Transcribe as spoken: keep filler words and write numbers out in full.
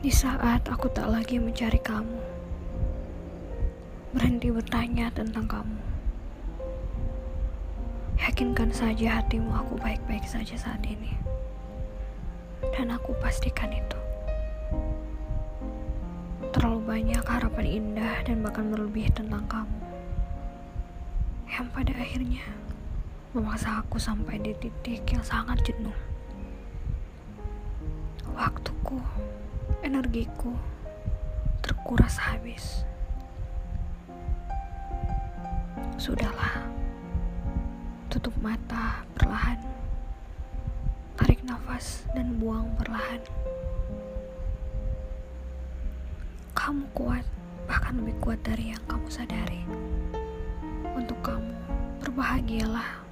Di saat aku tak lagi mencari kamu, berhenti bertanya tentang kamu. Yakinkan saja hatimu aku baik-baik saja saat ini. Dan aku pastikan itu. Terlalu banyak harapan indah dan bahkan berlebih tentang kamu, yang pada akhirnya memaksa aku sampai di titik yang sangat jenuh. Waktuku, energiku terkuras habis. Sudahlah, tutup mata perlahan, tarik nafas dan buang perlahan. Kamu kuat, bahkan lebih kuat dari yang kamu sadari. Untuk kamu, berbahagialah.